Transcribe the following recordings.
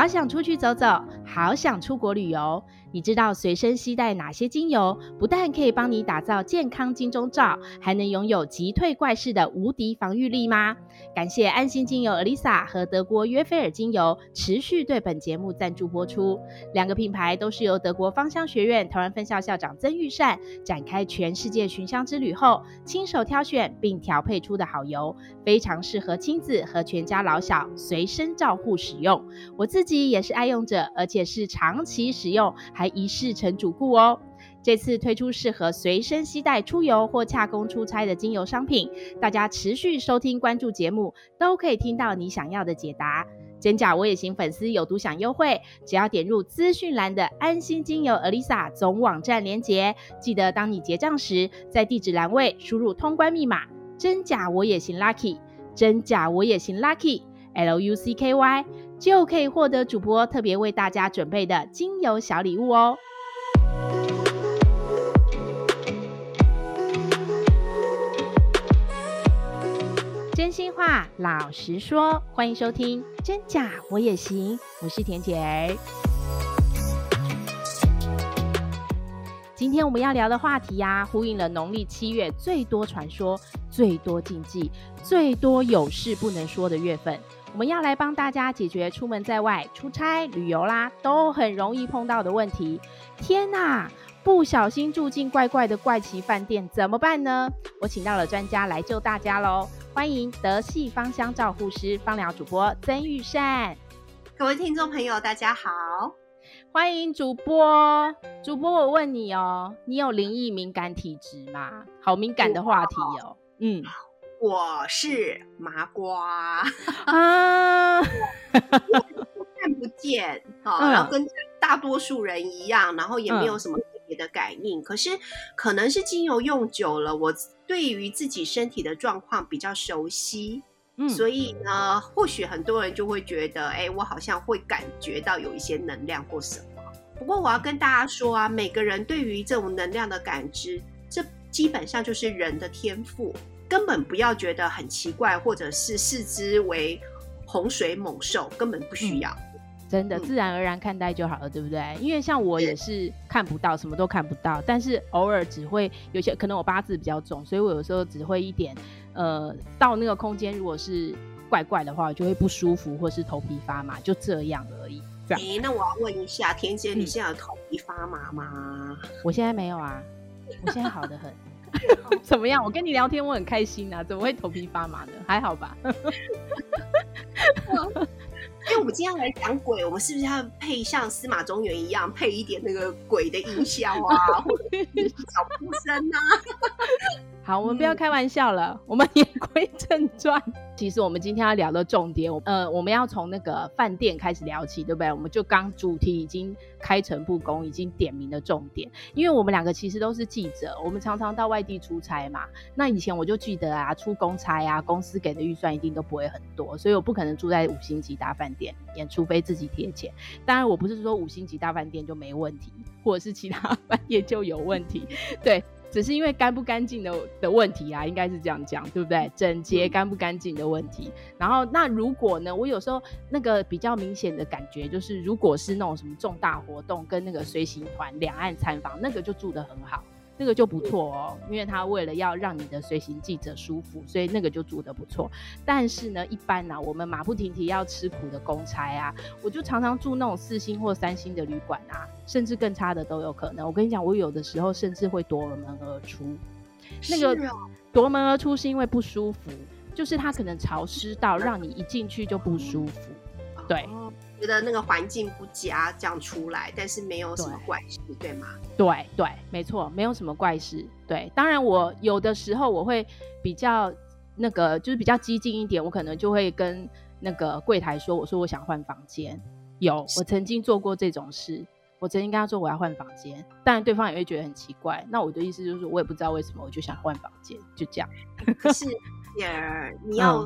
好想出去走走，好想出国旅游。你知道随身携带哪些精油不但可以帮你打造健康金钟罩，还能拥有击退怪事的无敌防御力吗？感谢安心精油 Elisa 和德国约菲尔精油持续对本节目赞助播出。两个品牌都是由德国芳香学院台湾分校校长曾玉善展开全世界寻香之旅后亲手挑选并调配出的好油，非常适合亲子和全家老小随身照护使用。我自己也是爱用者，而且是长期使用，还一试成主顾哦。这次推出适合随身携带出游或洽公出差的精油商品，大家持续收听关注节目，都可以听到你想要的解答。真假我也行粉丝有独享优惠，只要点入资讯栏的安心精油 Elisa 总网站连结，记得当你结账时，在地址栏位输入通关密码真假我也行 Lucky， 真假我也行 Lucky LUCKY， 就可以获得主播特别为大家准备的精油小礼物哦。真心话老实说，欢迎收听真假我也行，我是田姐儿。今天我们要聊的话题呼应了农历7月最多传说、最多禁忌、最多有事不能说的月份。我们要来帮大家解决出门在外、出差、旅游啦，都很容易碰到的问题。天哪！不小心住进怪怪的怪奇饭店怎么办呢？我请到了专家来救大家咯。欢迎德系芳香照护师芳疗主播曾玉善。 各位听众朋友大家好， 欢迎主播。主播我问你哦，你有灵异敏感体质吗？好敏感的话题哦。 我是麻瓜啊， 看不见，然后跟大多数人一样，然后也没有什么特别的感应，可是可能是精油用久了，我对于自己身体的状况比较熟悉，所以呢，或许很多人就会觉得，我好像会感觉到有一些能量或什么。不过我要跟大家说啊，每个人对于这种能量的感知，这基本上就是人的天赋，根本不要觉得很奇怪，或者是视之为洪水猛兽，根本不需要。 真的自然而然看待就好了，对不对？因为像我也是看不到，什么都看不到，但是偶尔只会有些，可能我八字比较重，所以我有时候只会一点到那个空间如果是怪怪的话，我就会不舒服或是头皮发麻，就这样而已。 那我要问一下田姐，你现在有头皮发麻吗？ 我现在没有啊，我现在好得很。怎么样？我跟你聊天我很开心啊，怎么会头皮发麻呢？还好吧。 因为我们今天来讲鬼，我们是不是要配像司马中原一样配一点那个鬼的音效啊，或者是小哭声啊？ 好，我们不要开玩笑了，我们言归正传。其实我们今天要聊的重点，我们要从那个饭店开始聊起，对不对？我们就刚主题已经开诚布公，已经点明了重点。因为我们两个其实都是记者，我们常常到外地出差嘛。那以前我就记得啊，出公差啊，公司给的预算一定都不会很多，所以我不可能住在5星级大饭店里面，除非自己贴钱。当然，我不是说5星级大饭店就没问题，或者是其他饭店就有问题，对。只是因为干不干净的问题应该是这样讲，对不对？整洁干不干净的问题。然后那如果呢，我有时候那个比较明显的感觉就是，如果是那种什么重大活动跟那个随行团两岸参访，那个就住得很好，那个就不错哦，因为他为了要让你的随行记者舒服，所以那个就住得不错。但是呢，一般我们马不停蹄要吃苦的公差我就常常住那种4星或3星的旅馆甚至更差的都有可能。我跟你讲，我有的时候甚至会夺门而出。那个夺门而出是因为不舒服，就是它可能潮湿到让你一进去就不舒服。对。 觉得那个环境不佳这样出来，但是没有什么怪事， 对吗？ 对，没错，没有什么怪事。对，当然我有的时候我会比较那个，就是比较激进一点，我可能就会跟那个柜台说，我说我想换房间。我曾经做过这种事，我曾经跟他说我要换房间，当然对方也会觉得很奇怪。那我的意思就是我也不知道为什么，我就想换房间，就这样。 可是你要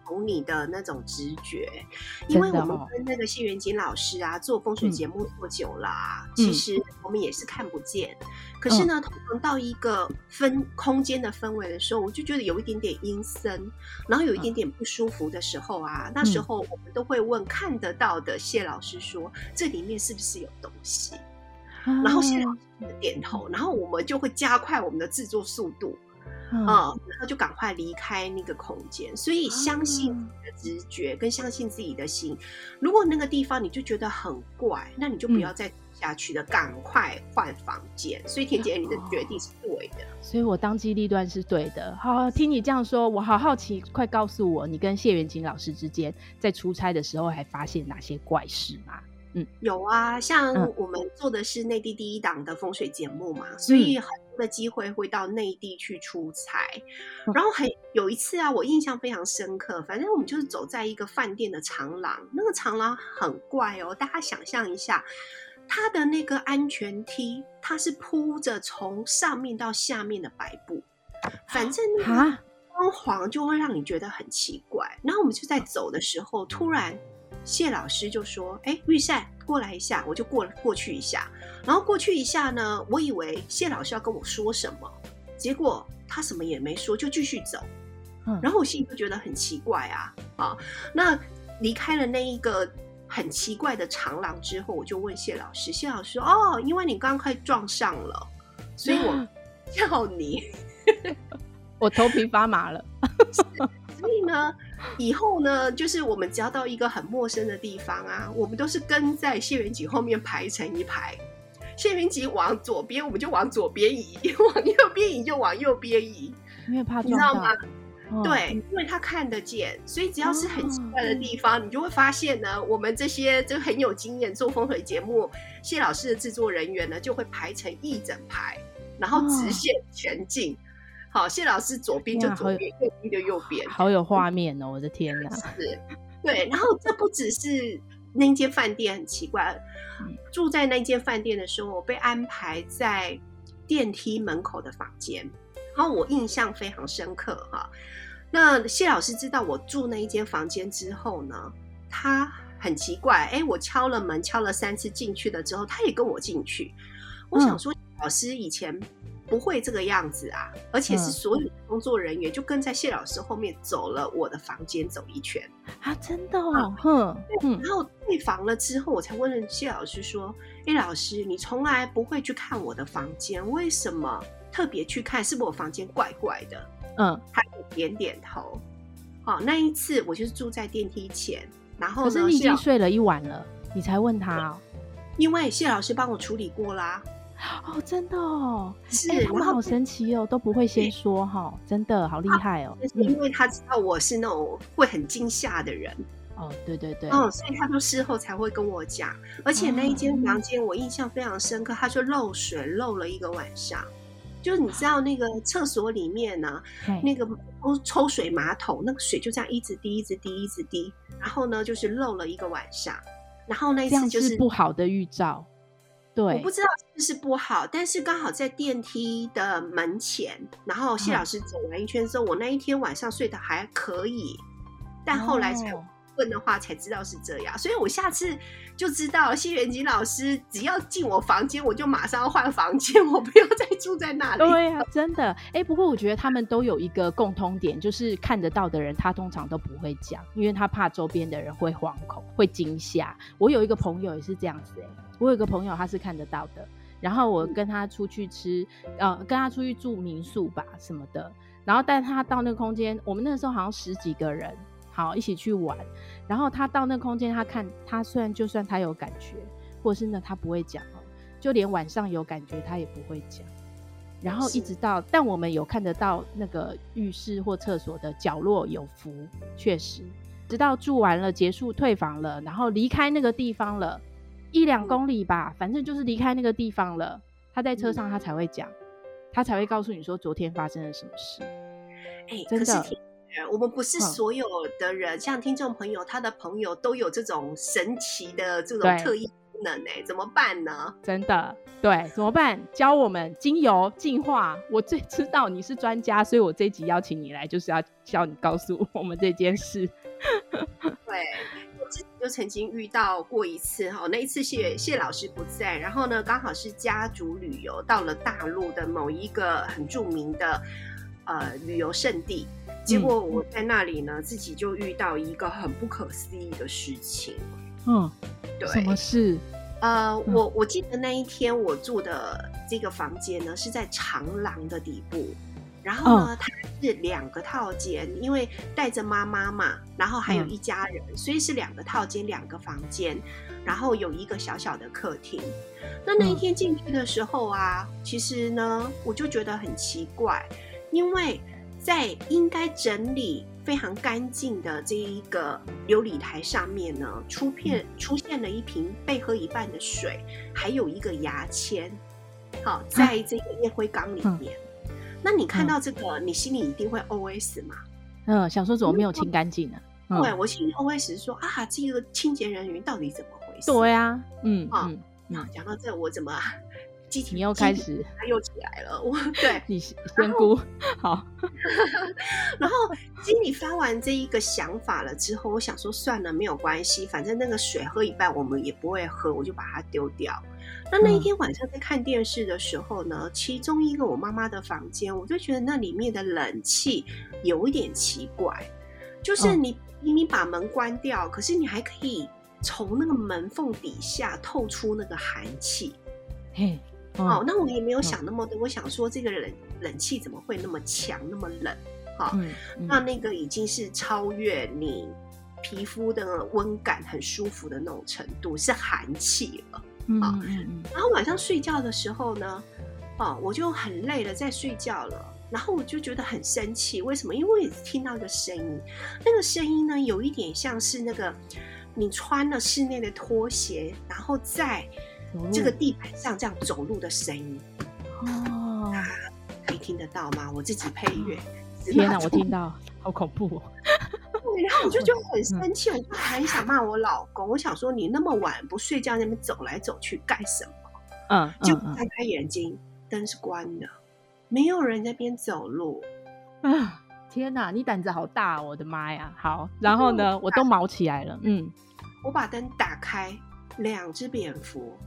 同你的那种直觉，因为我们跟那个谢元锦老师啊做风水节目做久了其实我们也是看不见，可是呢通常到一个空间的氛围的时候，我就觉得有一点点阴森，然后有一点点不舒服的时候那时候我们都会问看得到的谢老师说这里面是不是有东西，然后谢老师点头，然后我们就会加快我们的制作速度，然后就赶快离开那个空间。所以相信自己的直觉跟相信自己的心，如果那个地方你就觉得很怪，那你就不要再下去了，赶快换房间。所以田姐你的决定是对的， 所以我当机立断是对的。好，听你这样说我好好奇，快告诉我你跟谢元锦老师之间在出差的时候还发现哪些怪事吗？ 有啊，像我们做的是内地第一档的风水节目嘛，所以很多的机会会到内地去出差，然后有一次我印象非常深刻，反正我们就是走在一个饭店的长廊，那个长廊很怪大家想象一下，它的那个安全梯它是铺着从上面到下面的白布，反正那个光环就会让你觉得很奇怪。然后我们就在走的时候，突然谢老师就说玉善过来一下，我就过去一下，然后过去一下呢，我以为谢老师要跟我说什么，结果他什么也没说就继续走，然后我心里就觉得很奇怪那离开了那一个很奇怪的长廊之后，我就问谢老师，谢老师说因为你刚刚快撞上了，所以我叫你我头皮发麻了所以呢以后呢，就是我们只要到一个很陌生的地方我们都是跟在谢元锦后面排成一排，谢元锦往左边我们就往左边移，往右边移就往右边移， 因为怕撞到， 你知道吗？对，因为他看得见，所以只要是很奇怪的地方你就会发现呢，我们这些就很有经验做风水节目谢老师的制作人员呢，就会排成一整排，然后直线前进好，谢老师左边就左边，右边就右边， 好有画面我的天哪！ 是，对。然后这不只是那间饭店很奇怪，住在那间饭店的时候，我被安排在电梯门口的房间，然后我印象非常深刻那谢老师知道我住那一间房间之后呢，他很奇怪，我敲了门，敲了3次进去了之后，他也跟我进去。我想说，老师以前不会这个样子而且是所有的工作人员就跟在谢老师后面走了我的房间走一圈真的然后退房了之后，我才问了谢老师说老师你从来不会去看我的房间，为什么特别去看？是不是我房间怪怪的？他点点头那一次我就是住在电梯前，然后呢， 可是你已经睡了一晚了你才问他因为谢老师帮我处理过啦真的是他们好神奇都不会先说真的好厉害因为他知道我是那种会很惊吓的人对对对所以他就事后才会跟我讲，而且那一间房间我印象非常深刻，他就漏水漏了1个晚上，就是你知道那个厕所里面呢那个抽水马桶那个水就这样一直滴一直滴一直滴，然后呢就是漏了1个晚上，然后那一次就是不好的预兆。对， 我不知道是不是不好，但是刚好在电梯的门前，然后谢老师走完一圈之后，我那一天晚上睡得还可以，但后来才问的话才知道是这样，所以我下次就知道了，谢元锦老师只要进我房间我就马上要换房间，我不要再住在那里。 对真的不过我觉得他们都有一个共通点，就是看得到的人他通常都不会讲，因为他怕周边的人会惶恐会惊吓。我有一个朋友也是这样子我有一个朋友他是看得到的，然后我跟他出去吃跟他出去住民宿吧什么的，然后带他到那个空间，我们那个时候好像10几个人好一起去玩，然后他到那个空间，他看他虽然就算他有感觉或者是呢他不会讲就连晚上有感觉他也不会讲，然后一直到但我们有看得到那个浴室或厕所的角落有符，确实直到住完了结束退房了，然后离开那个地方了1-2公里吧，反正就是离开那个地方了，他在车上他才会讲他才会告诉你说昨天发生了什么事真的。 可是我们不是所有的人像听众朋友他的朋友都有这种神奇的这种特异能怎么办呢？ 真的，对，怎么办？教我们精油净化。我最知道你是专家，所以我这一集邀请你来，就是要教你告诉我们这件事。 对，我自己就曾经遇到过一次那一次谢老师不在，然后呢，刚好是家族旅游到了大陆的某一个很著名的旅游胜地，结果我在那里呢，自己就遇到一个很不可思议的事情。对，什么事？ 我记得那一天我住的这个房间呢是在长廊的底部，然后呢，它是2个套间，因为带着妈妈嘛，然后还有一家人，所以是2个套间2个房间，然后有一个小小的客厅。那一天进去的时候啊，其实呢我就觉得很奇怪，因为在应该整理非常干净的这一个琉璃台上面呢，出现了一瓶被喝一半的水，还有一个牙签，在这个烟灰缸里面。那你看到这个，你心里一定会 OS 嘛？ 想说怎么没有清干净呢？ 对，我心里 OS 说啊，这个清洁人员到底怎么回事？ 对啊， 讲到这，我怎么你又开始又起来了？对， 你仙姑好。 然后心里发完这一个想法了之后，我想说算了，没有关系，反正那个水喝一半我们也不会喝，我就把它丢掉。那一天晚上在看电视的时候呢，其中一个我妈妈的房间，我就觉得那里面的冷气有一点奇怪，就是你明明把门关掉，可是你还可以从那个门缝底下透出那个寒气。那我也没有想那么多，我想说这个冷气怎么会那么强那么冷？那个已经是超越你皮肤的温感很舒服的那种程度，是寒气了。然后晚上睡觉的时候呢，我就很累了，在睡觉了，然后我就觉得很生气，为什么？因为我也听到一个声音，那个声音呢，有一点像是那个你穿了室内的拖鞋，然后在这个地板上这样走路的声音。可以听得到吗？我自己配乐。 天哪，我听到，好恐怖哦。 对，然后我就觉得很生气，我就很想骂我老公。我想说，你那么晚不睡觉，那边走来走去干什么？就张开眼睛，灯是关的，没有人在那边走路。 天哪，你胆子好大，我的妈呀！好，然后呢，我都毛起来了。 我把灯打开，2只蝙蝠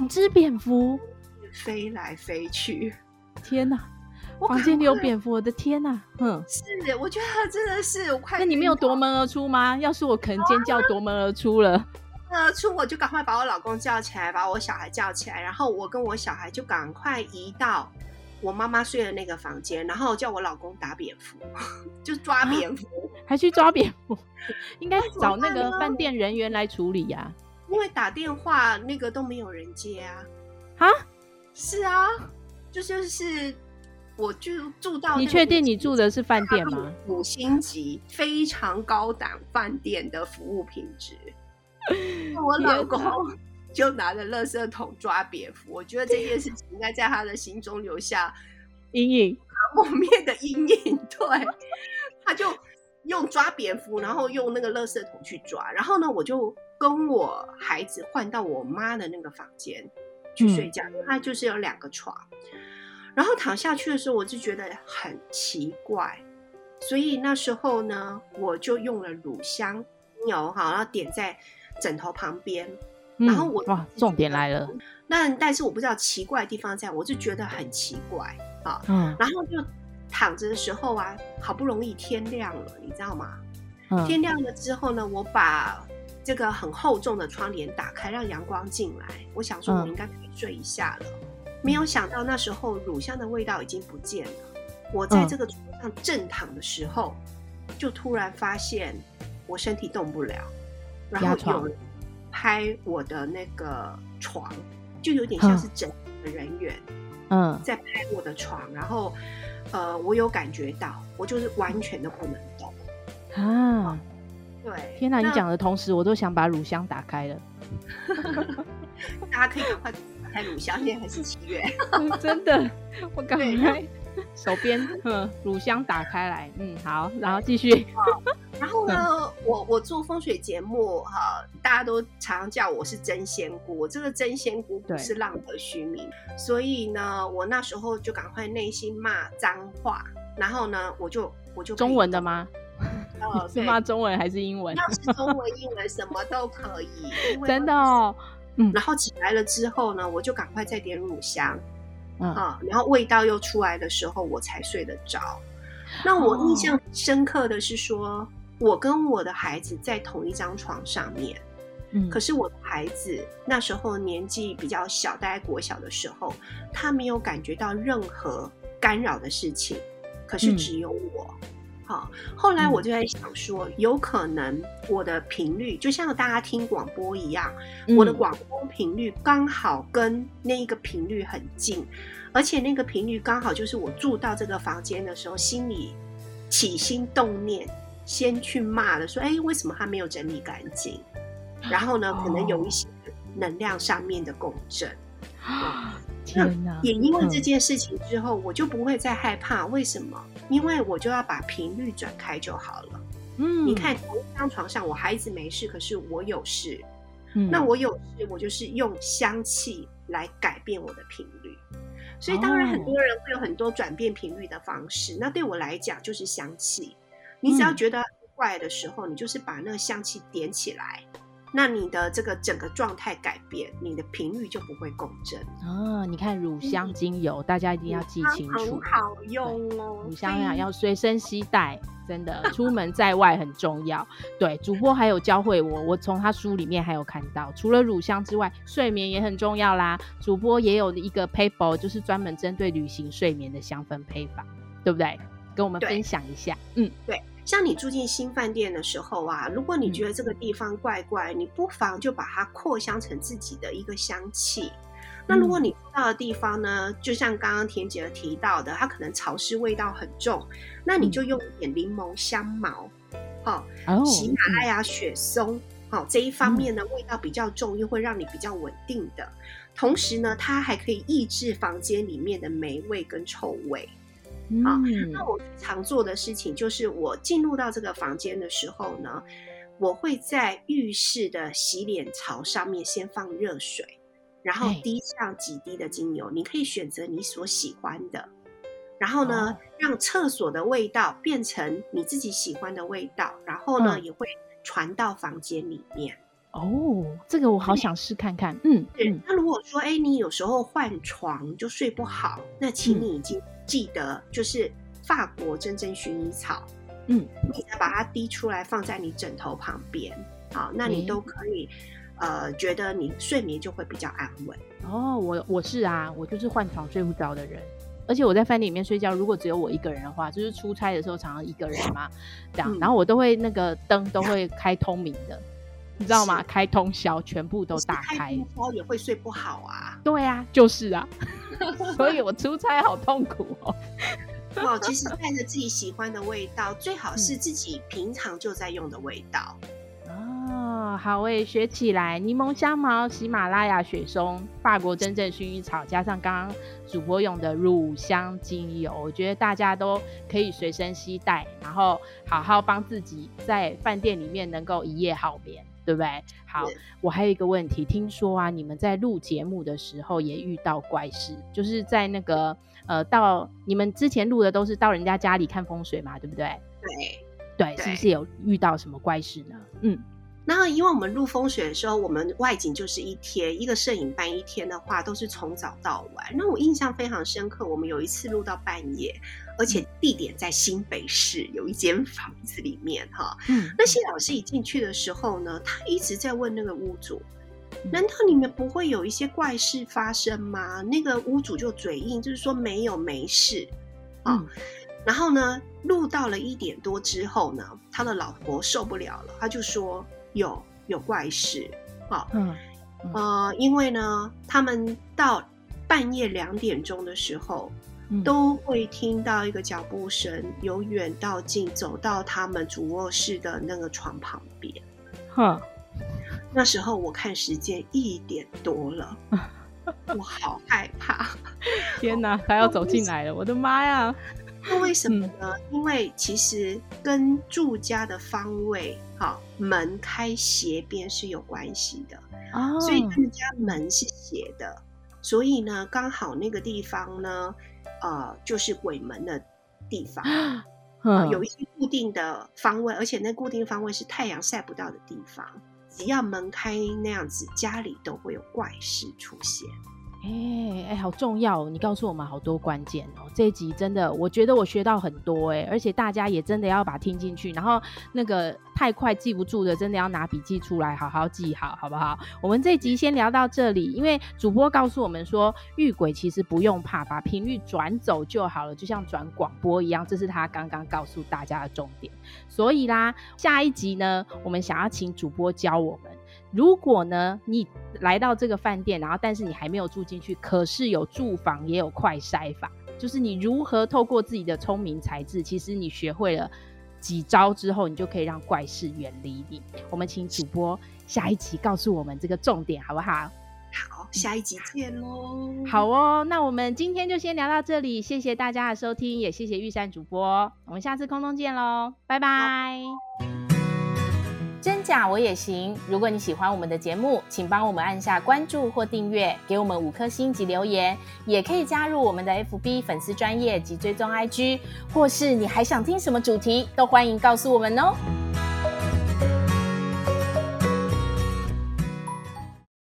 飞来飞去。 天哪！房间里有蝙蝠，我的天哪！ 是，我觉得真的是我快。 那你没有夺门而出吗？要是我可能尖叫夺门而出了。 我就赶快把我老公叫起来，把我小孩叫起来，然后我跟我小孩就赶快移到我妈妈睡的那个房间，然后叫我老公打蝙蝠，就抓蝙蝠， 还去抓蝙蝠，应该找那个饭店人员来处理呀。 因为打电话那个都没有人接啊。是啊，就是我就住到。 你确定你住的是饭店吗 ？5星级非常高档饭店的服务品质。我老公就拿着垃圾桶抓蝙蝠，我觉得这件事情应该在他的心中留下阴影， 磨灭的阴影。对，他就用抓蝙蝠，然后用那个垃圾桶去抓，然后呢，我就跟我孩子换到我妈的那个房间去睡觉，因为他就是有2个床。然后躺下去的时候，我就觉得很奇怪，所以那时候呢，我就用了乳香精油，然后点在枕头旁边。然后哇，重点来了。 但是我不知道奇怪的地方在，我就觉得很奇怪然后就躺着的时候啊，好不容易天亮了，你知道吗？天亮了之后呢，我把这个很厚重的窗帘打开，让阳光进来。我想说，我应该可以睡一下了。没有想到那时候乳香的味道已经不见了。我在这个床上正躺的时候，就突然发现我身体动不了，然后有人拍我的那个床，就有点像是整的人员在拍我的床，然后我有感觉到，我就是完全都不能动对， 天哪！你讲的同时，我都想把乳香打开了。 大家可以赶快打开乳香，现在还是7月。 真的，我赶快手边乳香打开来。好，然后继续。 然后呢， 我做风水节目哈，大家都常常叫我是真仙姑，我这个真仙姑不是浪得虚名，所以呢，我那时候就赶快内心骂脏话，然后呢，我就中文的吗？是骂中文还是英文？ 要是中文、英文什么都可以， 真的哦。 然后起来了之后呢，我就赶快再点乳香，然后味道又出来的时候，我才睡得着。那我印象深刻的是说，我跟我的孩子在同一张床上面，可是我的孩子那时候年纪比较小，大概国小的时候，他没有感觉到任何干扰的事情，可是只有我。后来我就在想说，有可能我的频率就像大家听广播一样，我的广播频率刚好跟那个频率很近，而且那个频率刚好就是我住到这个房间的时候，心里起心动念，先去骂的说，为什么他没有整理干净？然后呢，可能有一些能量上面的共振。 天哪！ 也因为这件事情之后，我就不会再害怕。为什么？因为我就要把频率转开就好了。你看同一张床上，我孩子没事，可是我有事。那我有事，我就是用香气来改变我的频率。所以当然很多人会有很多转变频率的方式。那对我来讲就是香气。你只要觉得怪的时候，你就是把那个香气点起来。那你的这个整个状态改变，你的频率就不会共振。 你看乳香精油，大家一定要记清楚， 很好用哦。 乳香要随身携带，真的出门在外很重要。对，主播还有教会我从他书里面还有看到，除了乳香之外，睡眠也很重要啦。主播也有一个 paper， 就是专门针对旅行睡眠的香氛配方，对不对？跟我们分享一下。 对。像你住进新饭店的时候啊，如果你觉得这个地方怪怪，你不妨就把它扩香成自己的一个香气。那如果你住到的地方呢，就像刚刚田姐提到的，它可能潮湿味道很重，那你就用一点柠檬香茅，喜马拉雅雪松，这一方面呢味道比较重，又会让你比较稳定的。同时呢，它还可以抑制房间里面的霉味跟臭味。那我常做的事情就是我进入到这个房间的时候呢，我会在浴室的洗脸槽上面先放热水，然后滴上几滴的精油，你可以选择你所喜欢的，然后呢让厕所的味道变成你自己喜欢的味道，然后呢也会传到房间里面。 这个我好想试看看。 那如果说你有时候换床就睡不好，那请你已经记得就是法国真正薰衣草，你再把它滴出来放在你枕头旁边，好，那你都可以觉得你睡眠就会比较安稳。 我是啊，我就是换床睡不着的人，而且我在饭店里面睡觉，如果只有我一个人的话，就是出差的时候常常一个人嘛，这样，然后我都会那个灯都会开通明的。你知道吗？开通宵，全部都打开。 开通宵也会睡不好啊。 对啊，就是啊，所以我出差好痛苦哦。 其实带着自己喜欢的味道，最好是自己平常就在用的味道。 好诶，学起来。柠檬香茅、喜马拉雅雪松、法国真正薰衣草，加上刚刚主播用的乳香精油，我觉得大家都可以随身携带，然后好好帮自己在饭店里面能够一夜好眠。对不对？好，我还有一个问题，听说啊，你们在录节目的时候也遇到怪事，就是在那个到你们之前录的都是到人家家里看风水嘛，对不对？对，是不是有遇到什么怪事呢？ 那因为我们录风水的时候，我们外景就是一天，一个摄影班一天的话都是从早到晚。那我印象非常深刻，我们有一次录到半夜，而且地点在新北市有一间房子里面那谢老师一进去的时候呢，他一直在问那个屋主，难道你们不会有一些怪事发生吗？那个屋主就嘴硬，就是说没事然后呢，录到了1点多之后呢，他的老婆受不了了，他就说有怪事因为呢，他们到半夜2点钟的时候，都会听到一个脚步声，由远到近走到他们主卧室的那个床旁边。那时候我看时间1点多了，我好害怕。 天哪，他要走进来了，我的妈呀！ 那为什么呢？因为其实跟住家的方位，门开斜边是有关系的。所以他们家门是斜的，所以呢，刚好那个地方呢，就是鬼门的地方。有一些固定的方位，而且那固定方位是太阳晒不到的地方，只要门开那样子，家里都会有怪事出现。 好重要哦，你告诉我们好多关键哦。这一集真的我觉得我学到很多而且大家也真的要把它听进去，然后那个太快记不住的真的要拿笔记出来好好记好，好不好？我们这一集先聊到这里，因为主播告诉我们说遇鬼其实不用怕，把频率转走就好了，就像转广播一样，这是他刚刚告诉大家的重点。所以啦，下一集呢，我们想要请主播教我们，如果呢你来到这个饭店，然后但是你还没有住进去，可是有住房也有快筛法，就是你如何透过自己的聪明才智，其实你学会了几招之后，你就可以让怪事远离你。我们请主播下一集告诉我们这个重点好不好？ 好，下一集见咯。 好哦，那我们今天就先聊到这里，谢谢大家的收听，也谢谢玉山主播，我们下次空中见咯，拜拜。真假我也行，如果你喜欢我们的节目，请帮我们按下关注或订阅，给我们5颗星及留言，也可以加入我们的 FB 粉丝专页及追踪 IG， 或是你还想听什么主题，都欢迎告诉我们哦。